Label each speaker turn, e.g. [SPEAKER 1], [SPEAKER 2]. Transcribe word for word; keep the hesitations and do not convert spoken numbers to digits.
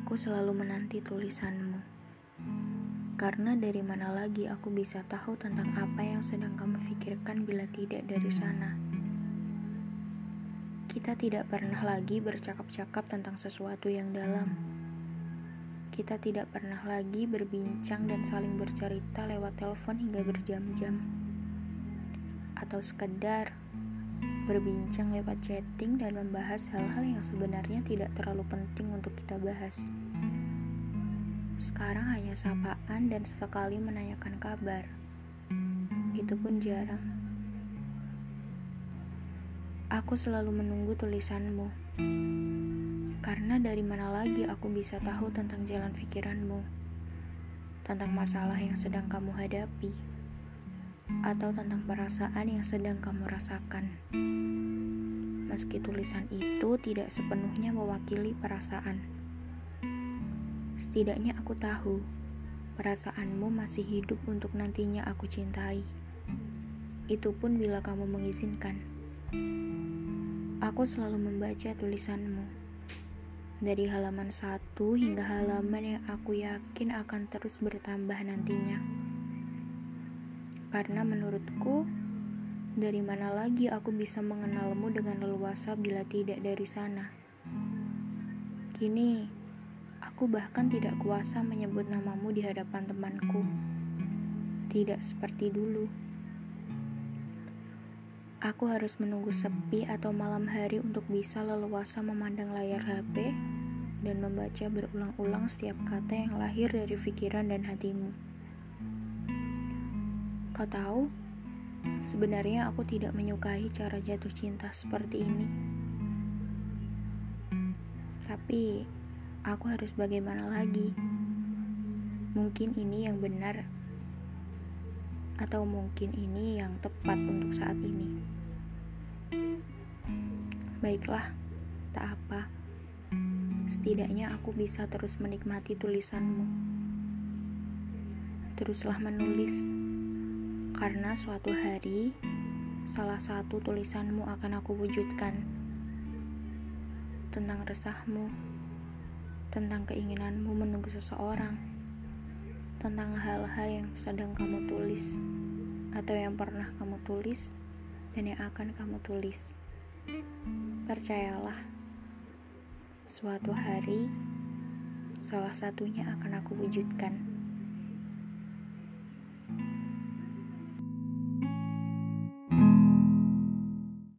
[SPEAKER 1] Aku selalu menanti tulisanmu, karena dari mana lagi aku bisa tahu tentang apa yang sedang kamu pikirkan bila tidak dari sana. Kita tidak pernah lagi bercakap-cakap tentang sesuatu yang dalam. Kita tidak pernah lagi berbincang dan saling bercerita lewat telepon hingga berjam-jam. Atau sekedar berbincang lewat chatting dan membahas hal-hal yang sebenarnya tidak terlalu penting untuk kita bahas. Sekarang hanya sapaan dan sesekali menanyakan kabar. Itu pun jarang. Aku selalu menunggu tulisanmu, karena dari mana lagi aku bisa tahu tentang jalan pikiranmu, tentang masalah yang sedang kamu hadapi, atau tentang perasaan yang sedang kamu rasakan. Meski tulisan itu tidak sepenuhnya mewakili perasaan, setidaknya aku tahu perasaanmu masih hidup untuk nantinya aku cintai. Itu pun bila kamu mengizinkan. Aku selalu membaca tulisanmu, dari halaman satu hingga halaman yang aku yakin akan terus bertambah nantinya. Karena menurutku, dari mana lagi aku bisa mengenalmu dengan leluasa bila tidak dari sana. Kini, aku bahkan tidak kuasa menyebut namamu di hadapan temanku. Tidak seperti dulu. Aku harus menunggu sepi atau malam hari untuk bisa leluasa memandang layar H P dan membaca berulang-ulang setiap kata yang lahir dari pikiran dan hatimu. Kau tahu, sebenarnya aku tidak menyukai cara jatuh cinta seperti ini. Tapi, aku harus bagaimana lagi? Mungkin ini yang benar, atau mungkin ini yang tepat untuk saat ini. Baiklah, tak apa. Setidaknya aku bisa terus menikmati tulisanmu. Teruslah menulis, karena suatu hari salah satu tulisanmu akan aku wujudkan. Tentang resahmu, tentang keinginanmu menunggu seseorang, tentang hal-hal yang sedang kamu tulis, atau yang pernah kamu tulis, dan yang akan kamu tulis. Percayalah, suatu hari, salah satunya akan aku wujudkan.